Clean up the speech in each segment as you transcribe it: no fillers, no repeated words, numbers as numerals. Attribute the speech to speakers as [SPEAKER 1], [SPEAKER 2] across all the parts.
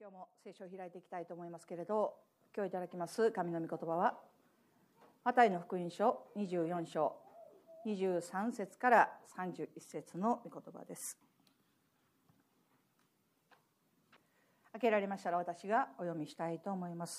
[SPEAKER 1] 今日も聖書を開いていきたいと思いますけれど、今日いただきます神の御言葉はマタイの福音書24章23節から31節の御言葉です。開けられましたら私がお読みしたいと思います。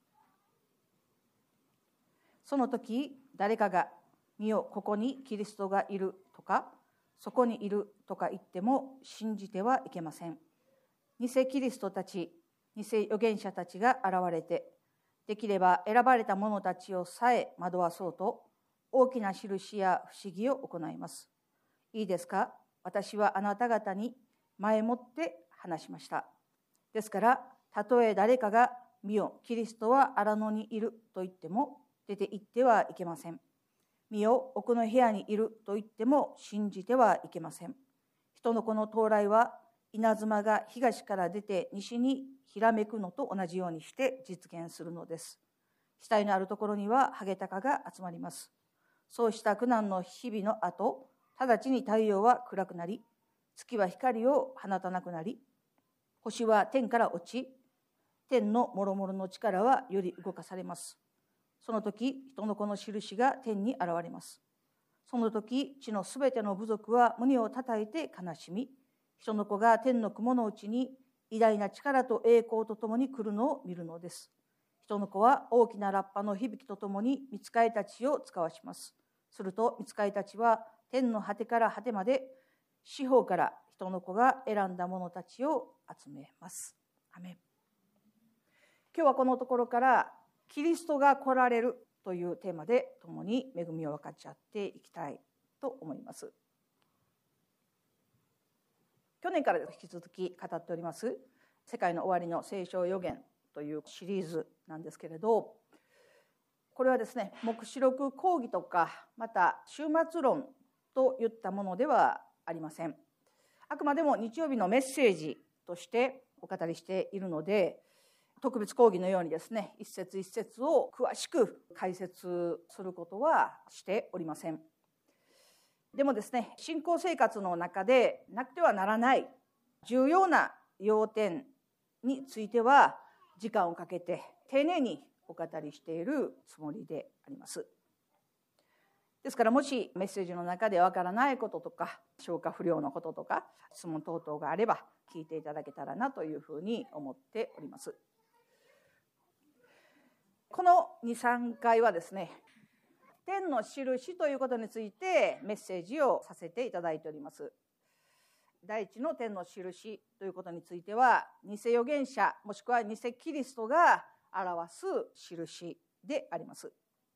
[SPEAKER 1] その時誰かが見よここにキリストがいるとかそこにいるとか言っても信じてはいけません。偽キリストたち、偽預言者たちが現れて、できれば選ばれた者たちをさえ惑わそうと、大きな印や不思議を行います。いいですか？私はあなた方に前もって話しました。ですから、たとえ誰かが見よ、キリストは荒野にいると言っても、出て行ってはいけません。見よ、奥の部屋にいると言っても信じてはいけません。人の子の到来は、稲妻が東から出て西にひらめくのと同じようにして実現するのです。死体のあるところにはハゲタカが集まります。そうした苦難の日々の後、直ちに太陽は暗くなり、月は光を放たなくなり、星は天から落ち、天のもろもろの力はより動かされます。その時、人の子の印が天に現れます。その時、地のすべての部族は胸をたたいて悲しみ、人の子が天の雲のうちに偉大な力と栄光とともに来るのを見るのです。人の子は大きなラッパの響きとともに御使いたちを遣わします。すると御使いたちは天の果てから果てまで四方から人の子が選んだ者たちを集めます。アメン。今日はこのところからキリストが来られるというテーマで共に恵みを分かち合っていきたいと思います。去年から引き続き語っております世界の終わりの聖書予言というシリーズなんですけれど、これはですね、黙示録講義とかまた終末論といったものではありません。あくまでも日曜日のメッセージとしてお語りしているので、特別講義のようにですね、一節一節を詳しく解説することはしておりません。でもですね、信仰生活の中でなくてはならない重要な要点については時間をかけて丁寧にお語りしているつもりであります。ですからもしメッセージの中でわからないこととか消化不良のこととか質問等々があれば聞いていただけたらなというふうに思っております。この 2,3 回はですね、天の印ということについてメッセージをさせていただいております。第一の天の印ということについては、偽預言者もしくは偽キリストが表す印であります。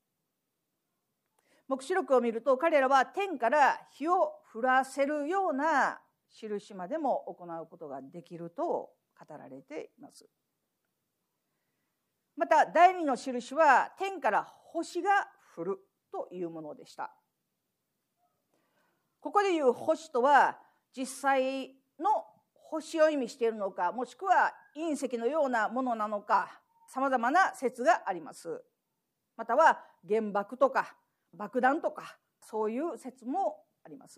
[SPEAKER 1] 黙示録を見ると彼らは天から火を降らせるような印までも行うことができると語られています。また第二の印は天から星が降るというものでした。ここでいう星とは実際の星を意味しているのか、もしくは隕石のようなものなのか、さまざまな説があります。または原爆とか爆弾とかそういう説もあります。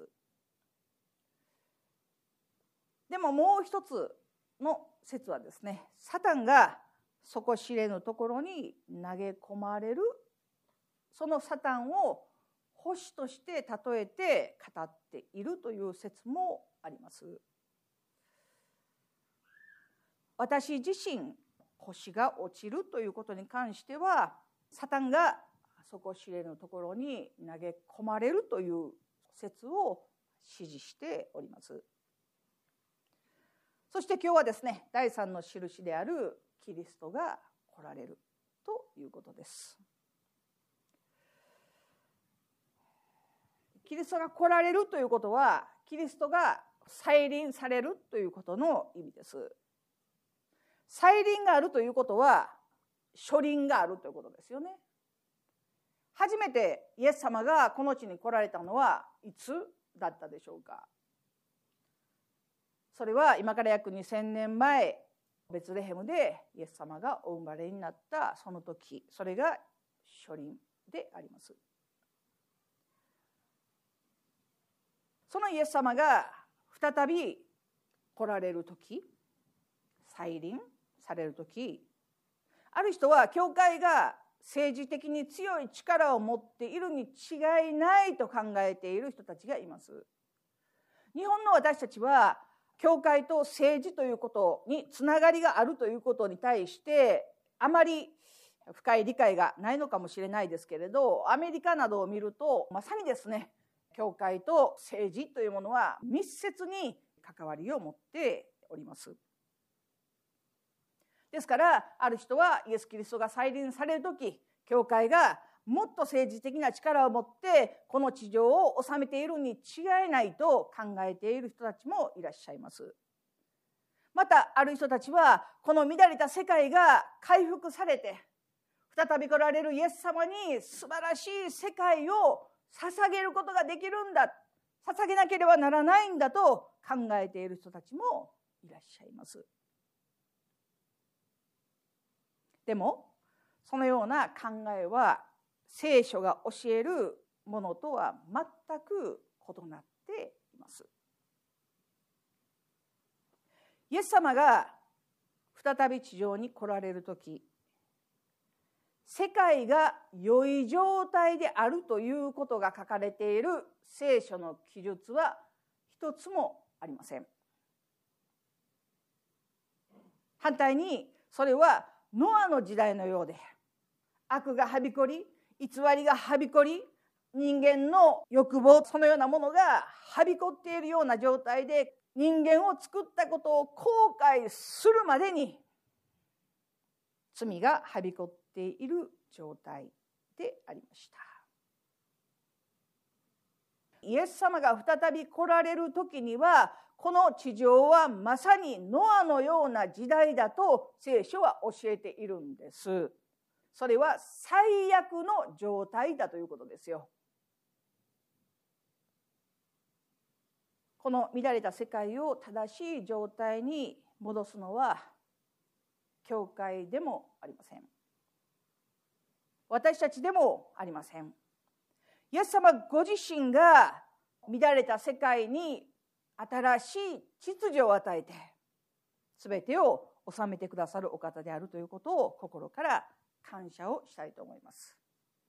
[SPEAKER 1] でももう一つの説はですね、サタンが底知れぬところに投げ込まれる、そのサタンを星として例えて語っているという説もあります。私自身、星が落ちるということに関しては、サタンが底知れぬところに投げ込まれるという説を支持しております。そして今日はですね、第3の印であるキリストが来られるということです。キリストが来られるということは、キリストが再臨されるということの意味です。再臨があるということは、初臨があるということですよね。初めてイエス様がこの地に来られたのはいつだったでしょうか。それは今から約2000年前、ベツレヘムでイエス様がお生まれになったその時、それが初臨であります。そのイエス様が再び来られる時、再臨されるとき、ある人は教会が政治的に強い力を持っているに違いないと考えている人たちがいます。日本の私たちは教会と政治ということにつながりがあるということに対してあまり深い理解がないのかもしれないですけれど、アメリカなどを見るとまさにですね、教会と政治というものは密接に関わりを持っております。ですからある人はイエス・キリストが再臨されるとき、教会がもっと政治的な力を持ってこの地上を治めているに違いないと考えている人たちもいらっしゃいます。またある人たちはこの乱れた世界が回復されて再び来られるイエス様に素晴らしい世界を捧げることができるんだ、捧げなければならないんだと考えている人たちもいらっしゃいます。でもそのような考えは聖書が教えるものとは全く異なっています。イエス様が再び地上に来られるとき、世界が良い状態であるということが書かれている聖書の記述は一つもありません。反対にそれはノアの時代のようで、悪がはびこり、偽りがはびこり、人間の欲望、そのようなものがはびこっているような状態で、人間を作ったことを後悔するまでに罪がはびこっている状態でありました。イエス様が再び来られる時には、この地上はまさにノアのような時代だと聖書は教えているんです。それは最悪の状態だということですよ。この乱れた世界を正しい状態に戻すのは教会でもありません。私たちでもありません。イエス様ご自身が乱れた世界に新しい秩序を与えて全てを治めてくださるお方であるということを心から感謝をしたいと思います。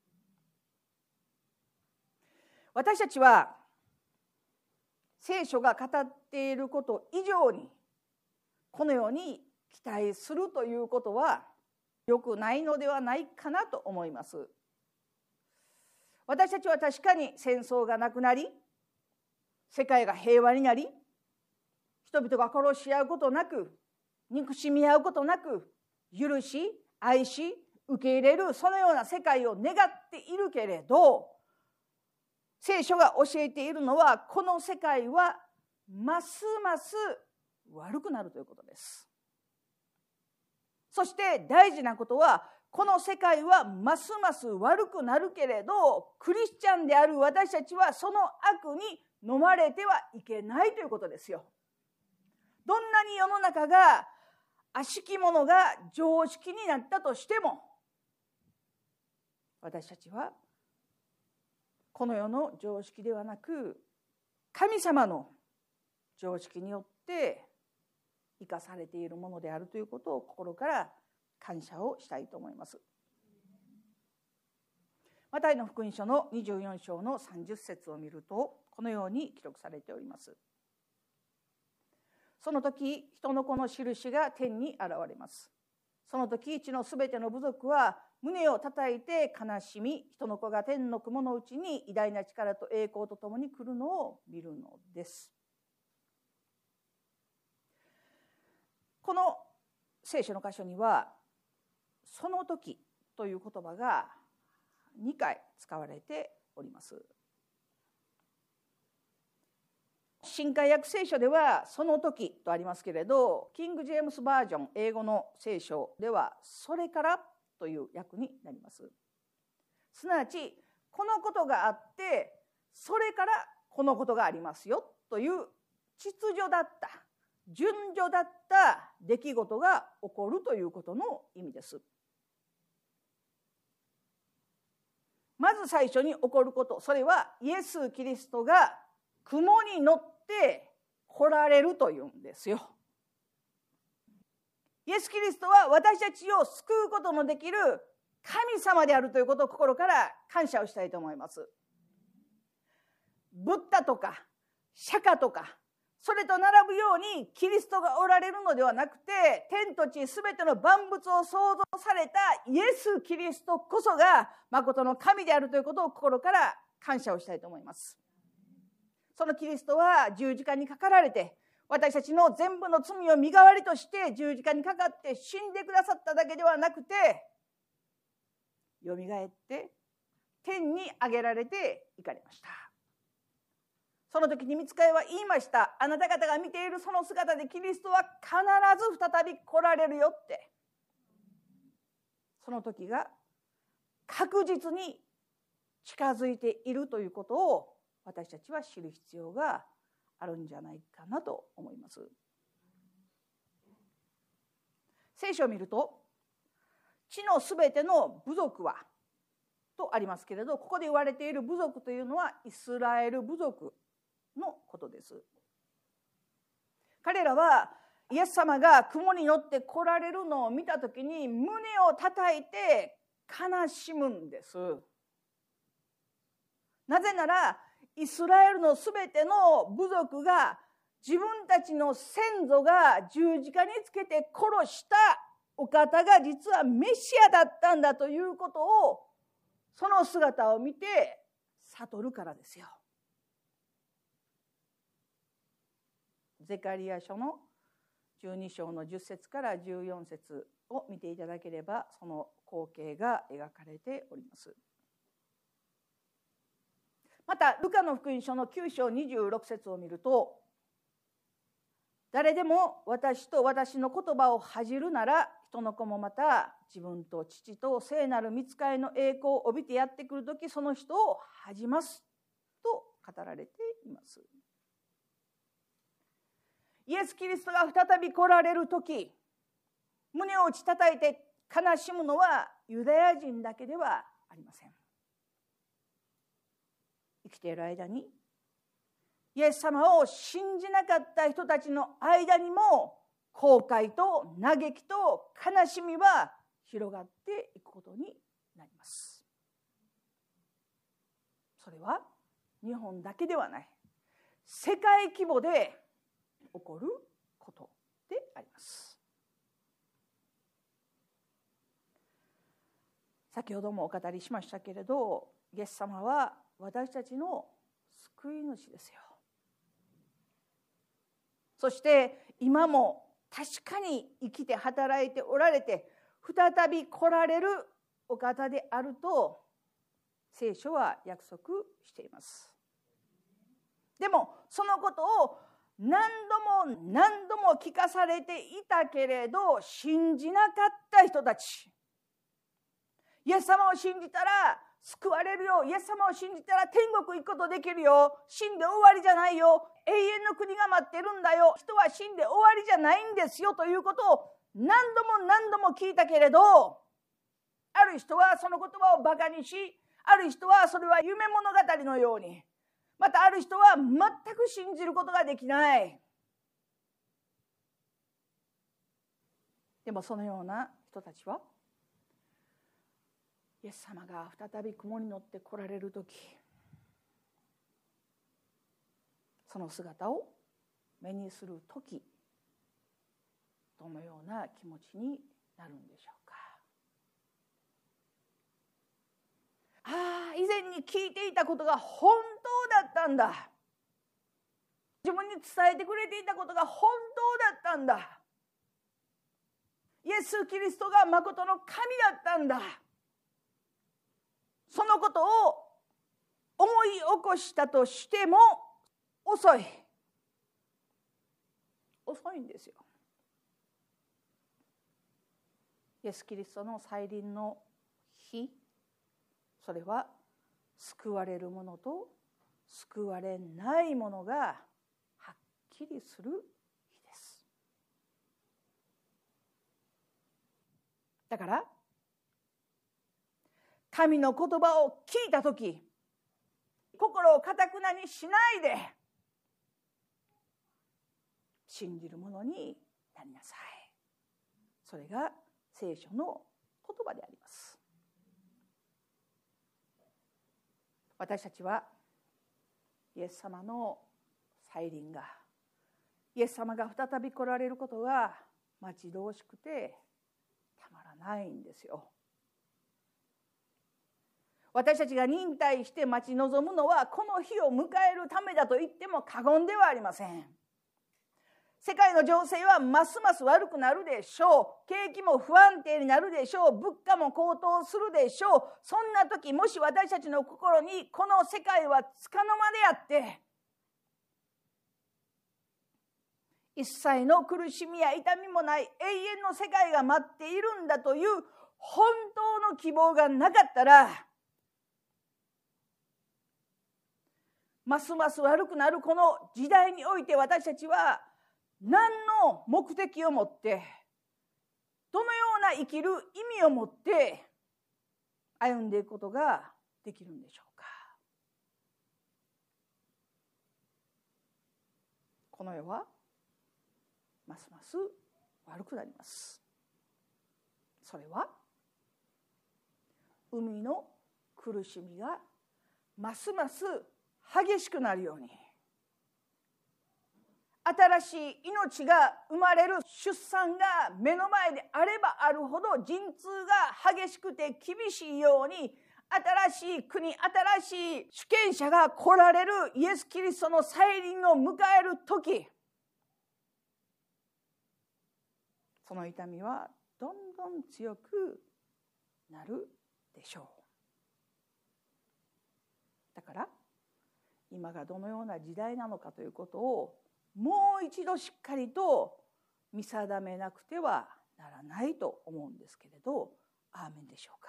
[SPEAKER 1] 私たちは聖書が語っていること以上にこのように期待するということは良くないのではないかなと思います。私たちは確かに戦争がなくなり、世界が平和になり、人々が殺し合うことなく、憎しみ合うことなく、許し、愛し、受け入れる、そのような世界を願っているけれど、聖書が教えているのは、この世界はますます悪くなるということです。そして大事なことは、この世界はますます悪くなるけれど、クリスチャンである私たちはその悪に飲まれてはいけないということですよ。どんなに世の中が悪しきものが常識になったとしても、私たちはこの世の常識ではなく、神様の常識によって生かされているものであるということを心から感謝をしたいと思います。マタイの福音書の24章の30節を見ると、このように記録されております。その時、人の子の印が天に現れます。その時、地のすべての部族は胸を叩いて悲しみ、人の子が天の雲のうちに偉大な力と栄光とともに来るのを見るのです。この聖書の箇所には、その時という言葉が2回使われております。新海訳聖書ではその時とありますけれど、キング・ジェームスバージョン、英語の聖書ではそれからという訳になります。すなわち、このことがあってそれからこのことがありますよという秩序だった、順序だった出来事が起こるということの意味です。まず最初に起こること、それはイエス・キリストが雲に乗って来られるというんですよ。 イエス・キリストは私たちを救うことのできる神様であるということを心から感謝をしたいと思います。ブッダとか釈迦とかそれと並ぶようにキリストがおられるのではなくて、天と地すべての万物を創造されたイエス・キリストこそが誠の神であるということを心から感謝をしたいと思います。そのキリストは十字架にかかられて、私たちの全部の罪を身代わりとして十字架にかかって死んでくださっただけではなくて、よみがえって天に上げられていかれました。その時に御使いは言いました。あなた方が見ているその姿でキリストは必ず再び来られるよって。その時が確実に近づいているということを私たちは知る必要があるんじゃないかなと思います。聖書を見ると、地のすべての部族はとありますけれど、ここで言われている部族というのはイスラエル部族のことです。彼らはイエス様が雲に乗って来られるのを見たときに胸を叩いて悲しむんです。なぜならイスラエルのすべての部族が自分たちの先祖が十字架につけて殺したお方が実はメシアだったんだということを、その姿を見て悟るからですよ。ゼカリヤ書の12章の10節から14節を見ていただければ、その光景が描かれております。またルカの福音書の9章26節を見ると、誰でも私と私の言葉を恥じるなら、人の子もまた自分と父と聖なる御使いの栄光を帯びてやってくるとき、その人を恥じますと語られています。イエス・キリストが再び来られるとき、胸を打ち叩いて悲しむのはユダヤ人だけではありません。生きている間にイエス様を信じなかった人たちの間にも後悔と嘆きと悲しみは広がっていくことになります。それは日本だけではない、世界規模で起こることであります。先ほどもお語りしましたけれど、イエス様は私たちの救い主ですよ。そして今も確かに生きて働いておられて、再び来られるお方であると聖書は約束しています。でもそのことを何度も何度も聞かされていたけれど信じなかった人たち、イエス様を信じたら救われるよ、イエス様を信じたら天国行くことできるよ、死んで終わりじゃないよ、永遠の国が待ってるんだよ、人は死んで終わりじゃないんですよということを何度も何度も聞いたけれど、ある人はその言葉をバカにし、ある人はそれは夢物語のように、またある人は全く信じることができない。でもそのような人たちはイエス様が再び雲に乗って来られるとき、その姿を目にするとき、どのような気持ちになるんでしょうか。以前に聞いていたことが本当だったんだ、自分に伝えてくれていたことが本当だったんだ、イエス・キリストが誠の神だったんだ、そのことを思い起こしたとしても遅いんですよ。イエス・キリストの再臨の日、それは救われるものと救われないものがはっきりする日です。だから神の言葉を聞いたとき、心をかたくなにしないで信じるものになりなさい。 それが聖書の言葉であります。私たちはイエス様の再臨が、イエス様が再び来られることが待ち遠しくてたまらないんですよ。私たちが忍耐して待ち望むのはこの日を迎えるためだと言っても過言ではありません。世界の情勢はますます悪くなるでしょう。景気も不安定になるでしょう。物価も高騰するでしょう。そんな時、もし私たちの心にこの世界はつかの間であって一切の苦しみや痛みもない永遠の世界が待っているんだという本当の希望がなかったら、ますます悪くなるこの時代において私たちは何の目的を持って、どのような生きる意味を持って歩んでいくことができるんでしょうか。この世はますます悪くなります。それは海の苦しみがますます激しくなるように、新しい命が生まれる出産が目の前であればあるほど陣痛が激しくて厳しいように、新しい国、新しい主権者が来られるイエス・キリストの再臨を迎える時、その痛みはどんどん強くなるでしょう。だから今がどのような時代なのかということをもう一度しっかりと見定めなくてはならないと思うんですけれど、アーメンでしょうか。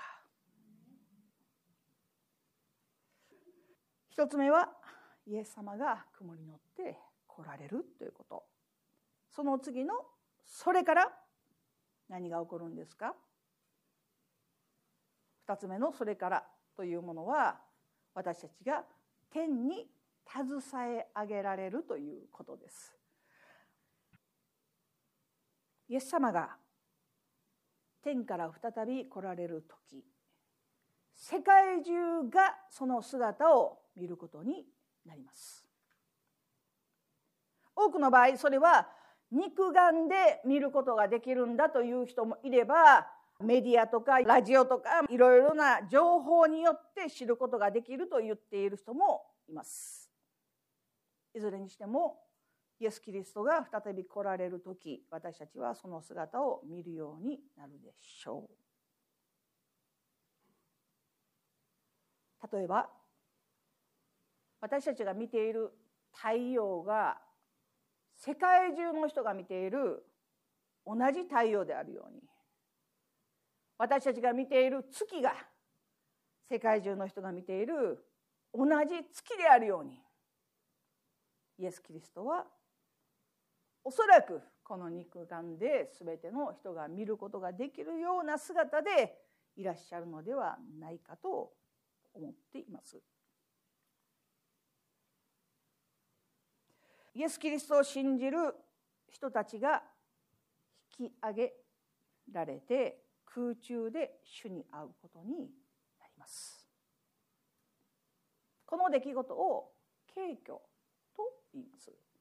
[SPEAKER 1] 一つ目はイエス様が雲に乗って来られるということ。その次のそれから何が起こるんですか。二つ目のそれからというものは、私たちが天に携え上げられるということです。イエス様が天から再び来られる時、世界中がその姿を見ることになります。多くの場合、それは肉眼で見ることができるんだという人もいれば、メディアとかラジオとかいろいろな情報によって知ることができると言っている人もいます。いずれにしてもイエス・キリストが再び来られる時、私たちはその姿を見るようになるでしょう。例えば私たちが見ている太陽が世界中の人が見ている同じ太陽であるように、私たちが見ている月が世界中の人が見ている同じ月であるように、イエス・キリストはおそらくこの肉眼で全ての人が見ることができるような姿でいらっしゃるのではないかと思っています。イエス・キリストを信じる人たちが引き上げられて空中で主に会うことになります。この出来事を景挙と言います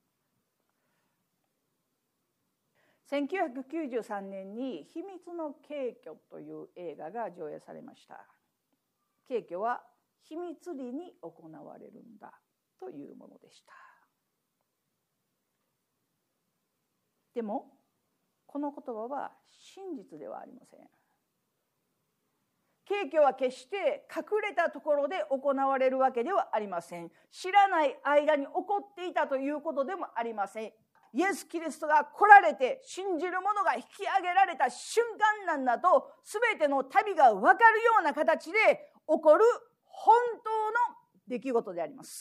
[SPEAKER 1] 。1993年に秘密の景挙という映画が上映されました。景挙は秘密裏に行われるんだというものでした。でもこの言葉は真実ではありません。景挙は決して隠れたところで行われるわけではありません。知らない間に起こっていたということでもありません。イエス・キリストが来られて信じる者が引き上げられた瞬間なんだと、全ての旅が分かるような形で起こる本当の出来事であります。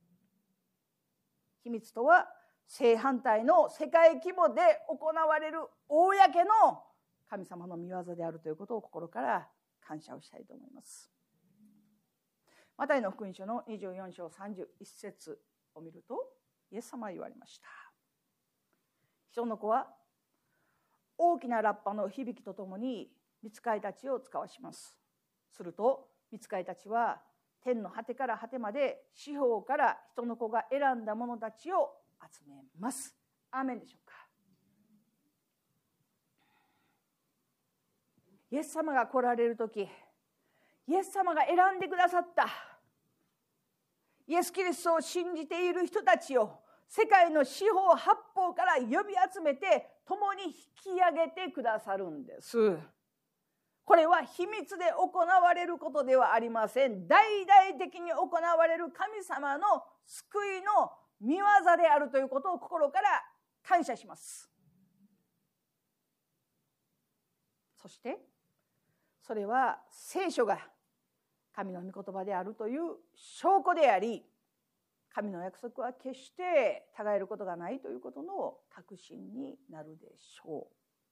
[SPEAKER 1] 秘密とは正反対の世界規模で行われる公の神様の御業であるということを心から感謝をしたいと思います。マタイの福音書の24章31節を見ると、イエス様は言われました。人の子は大きなラッパの響きとともに御使いたちを遣わします。すると御使いたちは天の果てから果てまで四方から人の子が選んだ者たちを集めます。アーメンでしょうか。イエス様が来られるとき、イエス様が選んでくださったイエス・キリストを信じている人たちを世界の四方八方から呼び集めて共に引き上げてくださるんです。これは秘密で行われることではありません。大々的に行われる神様の救いの御業であるということを心から感謝します。そしてそれは聖書が神の御言葉であるという証拠であり、神の約束は決して違えることがないということの確信になるでしょう。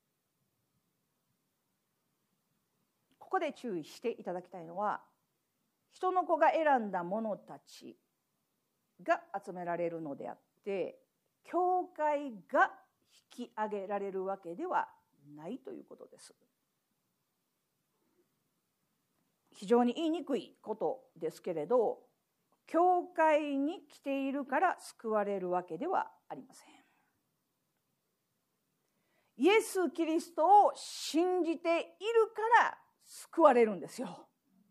[SPEAKER 1] ここで注意していただきたいのは、人の子が選んだ者たちが集められるのであって、教会が引き上げられるわけではないということです。非常に言いにくいことですけれど、教会に来ているから救われるわけではありません。イエス・キリストを信じているから救われるんですよ。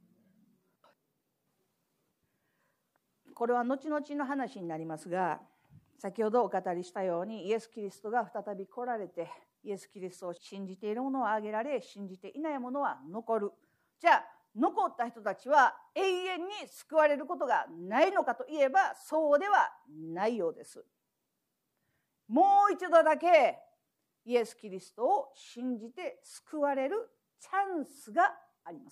[SPEAKER 1] これは後々の話になりますが、先ほどお語りしたようにイエス・キリストが再び来られて、イエス・キリストを信じている者は挙げられ、信じていない者は残る。じゃあ残った人たちは永遠に救われることがないのかといえば、そうではないようです。もう一度だけイエス・キリストを信じて救われるチャンスがあります。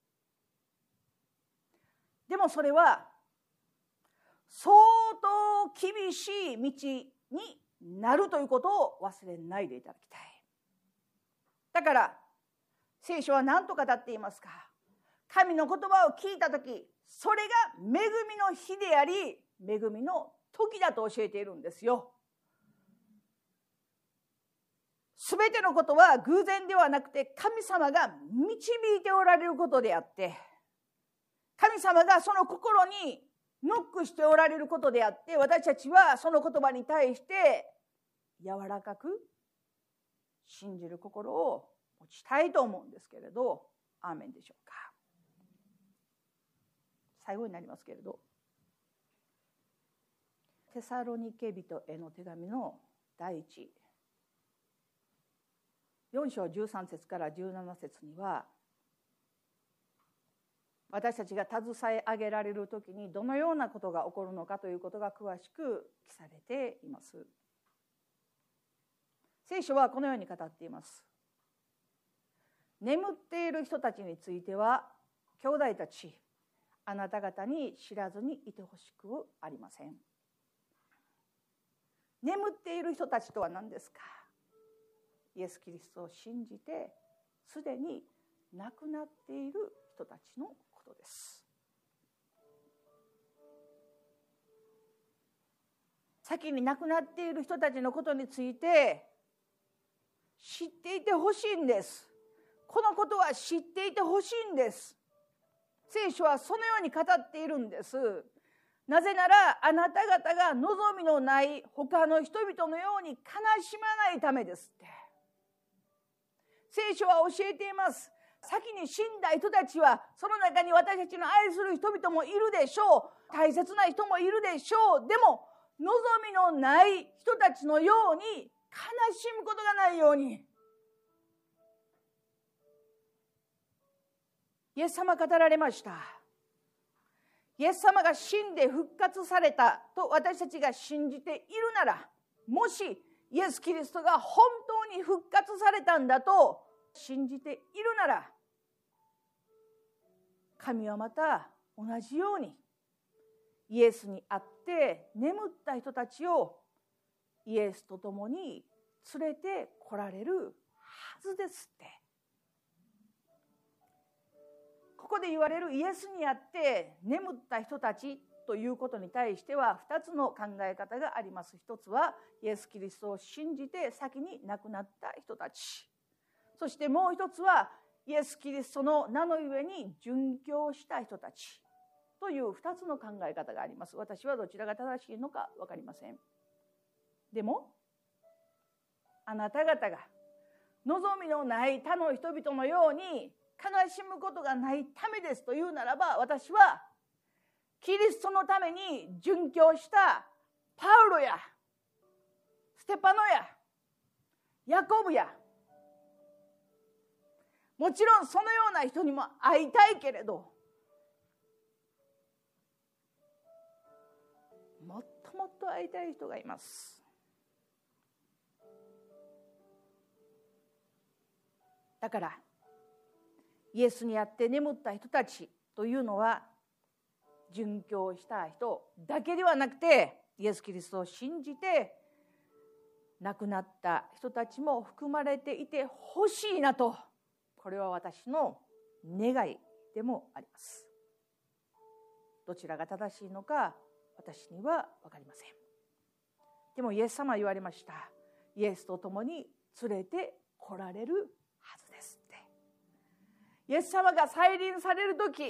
[SPEAKER 1] でもそれは相当厳しい道になるということを忘れないでいただきたい。だから聖書は何と語っていますか。神の言葉を聞いたとき、それが恵みの日であり、恵みの時だと教えているんですよ。すべてのことは偶然ではなくて、神様が導いておられることであって、神様がその心にノックしておられることであって、私たちはその言葉に対して柔らかく信じる心を持ちたいと思うんですけれど、アーメンでしょうか。最後になりますけれど、テサロニケ人への手紙の第4章13節から17節には、私たちが携え上げられるときにどのようなことが起こるのかということが詳しく記されています。聖書はこのように語っています。眠っている人たちについては、兄弟たち、あなた方に知らずにいてほしくありません。眠っている人たちとは何ですか。イエス・キリストを信じてすでに亡くなっている人たちのことです。先に亡くなっている人たちのことについて知っていてほしいんです。このことは知っていてほしいんです。聖書はそのように語っているんです。なぜならあなた方が望みのない他の人々のように悲しまないためですって。聖書は教えています。先に死んだ人たちはその中に私たちの愛する人々もいるでしょう。大切な人もいるでしょう。でも望みのない人たちのように悲しむことがないように、イエス様語られました。イエス様が死んで復活されたと私たちが信じているなら、もしイエス・キリストが本当に復活されたんだと信じているなら、神はまた同じようにイエスにあって眠った人たちをイエスと共に連れて来られるはずですって。ここで言われるイエスにあって眠った人たちということに対しては2つの考え方があります。一つはイエス・キリストを信じて先に亡くなった人たち、そしてもう一つはイエス・キリストの名の上に殉教した人たちという2つの考え方があります。私はどちらが正しいのか分かりません。でもあなた方が望みのない他の人々のように悲しむことがないためですというならば、私はキリストのために殉教したパウロやステパノやヤコブや、もちろんそのような人にも会いたいけれど、もっともっと会いたい人がいます。だからイエスにあって眠った人たちというのは殉教した人だけではなくて、イエス・キリストを信じて亡くなった人たちも含まれていてほしいなと、これは私の願いでもあります。どちらが正しいのか私には分かりません。でもイエス様は言われました。イエスと共に連れて来られるはずですって。イエス様が再臨される時、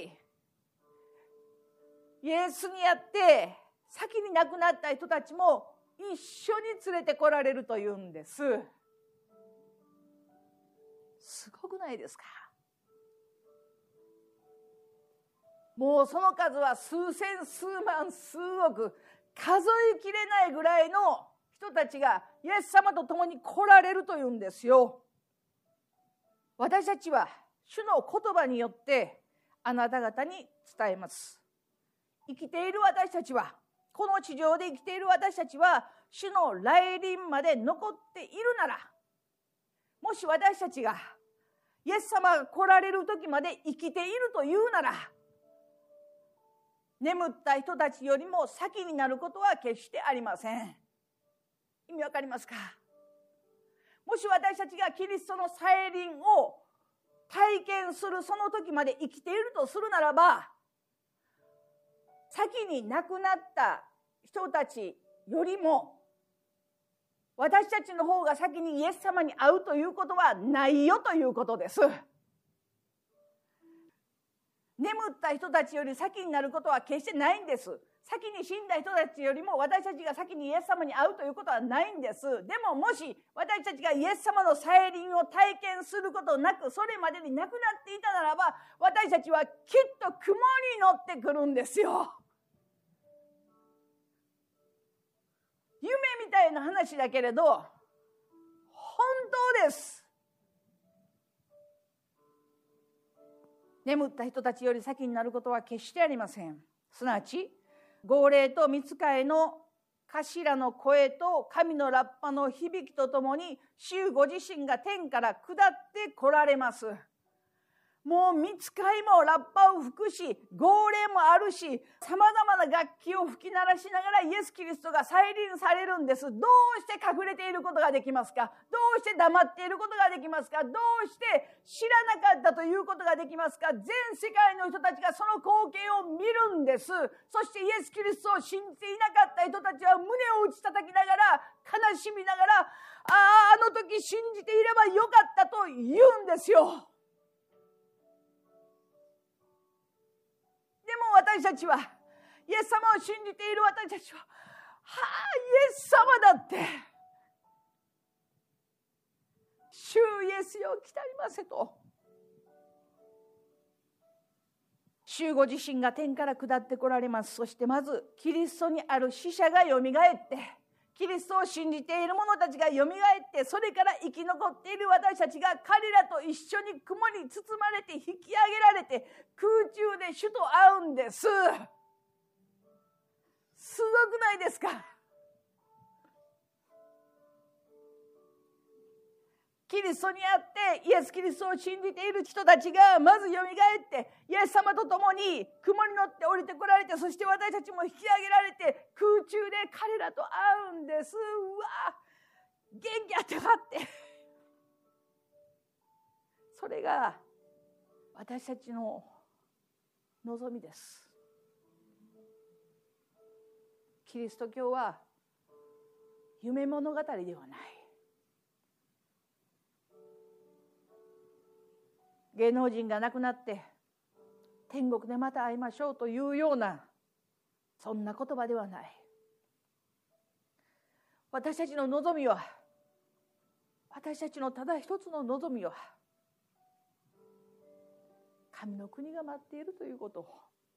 [SPEAKER 1] イエスにあって先に亡くなった人たちも一緒に連れて来られるというんです。すごくないですか？もうその数は数千数万数億数えきれないぐらいの人たちがイエス様と共に来られるというんですよ。私たちは主の言葉によってあなた方に伝えます。生きている私たちは、この地上で生きている私たちは主の来臨まで残っているなら、もし私たちがイエス様が来られる時まで生きているというなら、眠った人たちよりも先になることは決してありません。意味わかりますか？もし私たちがキリストの再臨を体験するその時まで生きているとするならば、先に亡くなった人たちよりも私たちの方が先にイエス様に会うということはないよということです。眠った人たちより先になることは決してないんです。先に死んだ人たちよりも私たちが先にイエス様に会うということはないんです。でももし私たちがイエス様の再臨を体験することなく、それまでに亡くなっていたならば、私たちはきっと雲に乗ってくるんですよ。夢みたいな話だけれど本当です。眠った人たちより先になることは決してありません。すなわち号令と御使いの頭の声と神のラッパの響きとともに主ご自身が天から下って来られます。もう御使いもラッパを吹くし、号令もあるし、さまざまな楽器を吹き鳴らしながらイエス・キリストが再臨されるんです。どうして隠れていることができますか？どうして黙っていることができますか？どうして知らなかったということができますか？全世界の人たちがその光景を見るんです。そしてイエス・キリストを信じていなかった人たちは胸を打ち叩きながら、悲しみながら、あの時信じていればよかったと言うんですよ。でも私たちは、イエス様を信じている私たちは、イエス様だって、主イエスよ来たりませと、主ご自身が天から下ってこられます。そしてまずキリストにある死者がよみがえって、キリストを信じている者たちがよみがえって、それから生き残っている私たちが彼らと一緒に雲に包まれて引き上げられて空中で主と会うんです。すごくないですか？キリストにあってイエス・キリストを信じている人たちがまずよみがえって、イエス様と共に雲に乗って降りてこられて、そして私たちも引き上げられて空中で彼らと会うんです。うわ、元気あってよかって。それが私たちの望みです。 キリスト教は夢物語ではない。芸能人が亡くなって天国でまた会いましょうというような、そんな言葉ではない。私たちの望みは、私たちのただ一つの望みは、神の国が待っているということ、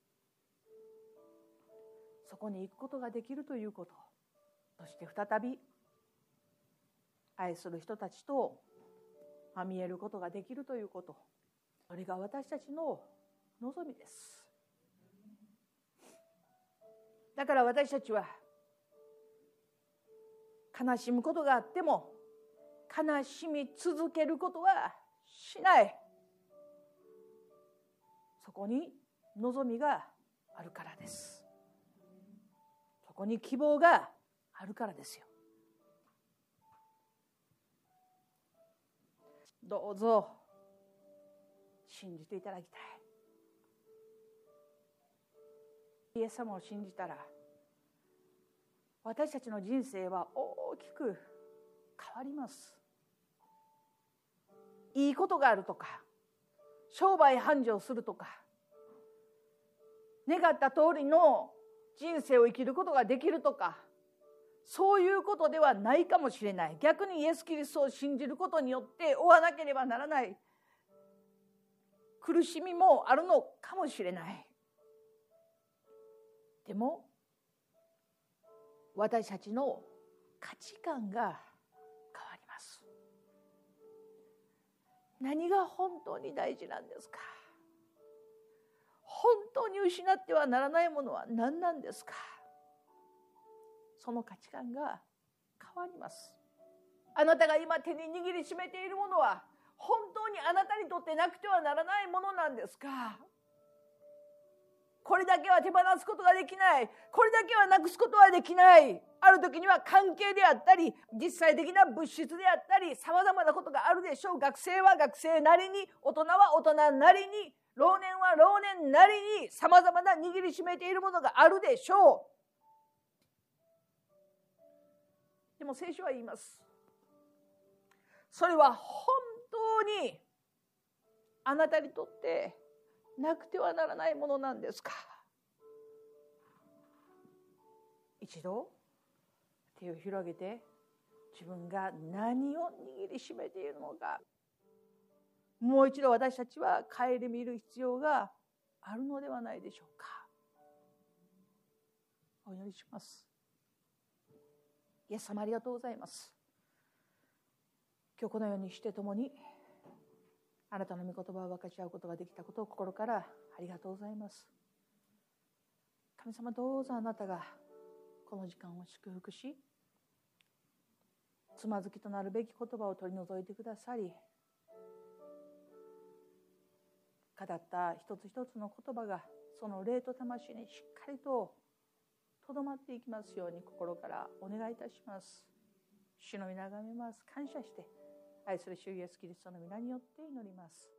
[SPEAKER 1] そこに行くことができるということ、そして再び愛する人たちと見えることができるということ、それが私たちの望みです。だから私たちは悲しむことがあっても悲しみ続けることはしない。そこに望みがあるからです。そこに希望があるからですよ。どうぞ信じていただきたい。イエス様を信じたら、私たちの人生は大きく変わります。いいことがあるとか、商売繁盛するとか、願った通りの人生を生きることができるとか、そういうことではないかもしれない。逆にイエス・キリストを信じることによって負わなければならない苦しみもあるのかもしれない。でも私たちの価値観が変わります。何が本当に大事なんですか？本当に失ってはならないものは何なんですか？その価値観が変わります。あなたが今手に握りしめているものは本当にあなたにとってなくてはならないものなんですか？これだけは手放すことができない、これだけはなくすことはできない。ある時には関係であったり、実際的な物質であったり、さまざまなことがあるでしょう。学生は学生なりに、大人は大人なりに、老年は老年なりに、さまざまな握りしめているものがあるでしょう。でも聖書は言います。それは本当にあなたにとってなくてはならないものなんですか？一度手を広げて、自分が何を握りしめているのか、もう一度私たちは顧みる必要があるのではないでしょうか。お祈りします。イエス様、ありがとうございます。今日このようにして共にあなたの御言葉を分かち合うことができたことを心からありがとうございます。神様、どうぞあなたがこの時間を祝福し、つまずきとなるべき言葉を取り除いてくださり、語った一つ一つの言葉がその霊と魂にしっかりととどまっていきますように心からお願いいたします。主の御名をあがめます。感謝して愛する主イエスキリストの皆によって祈ります。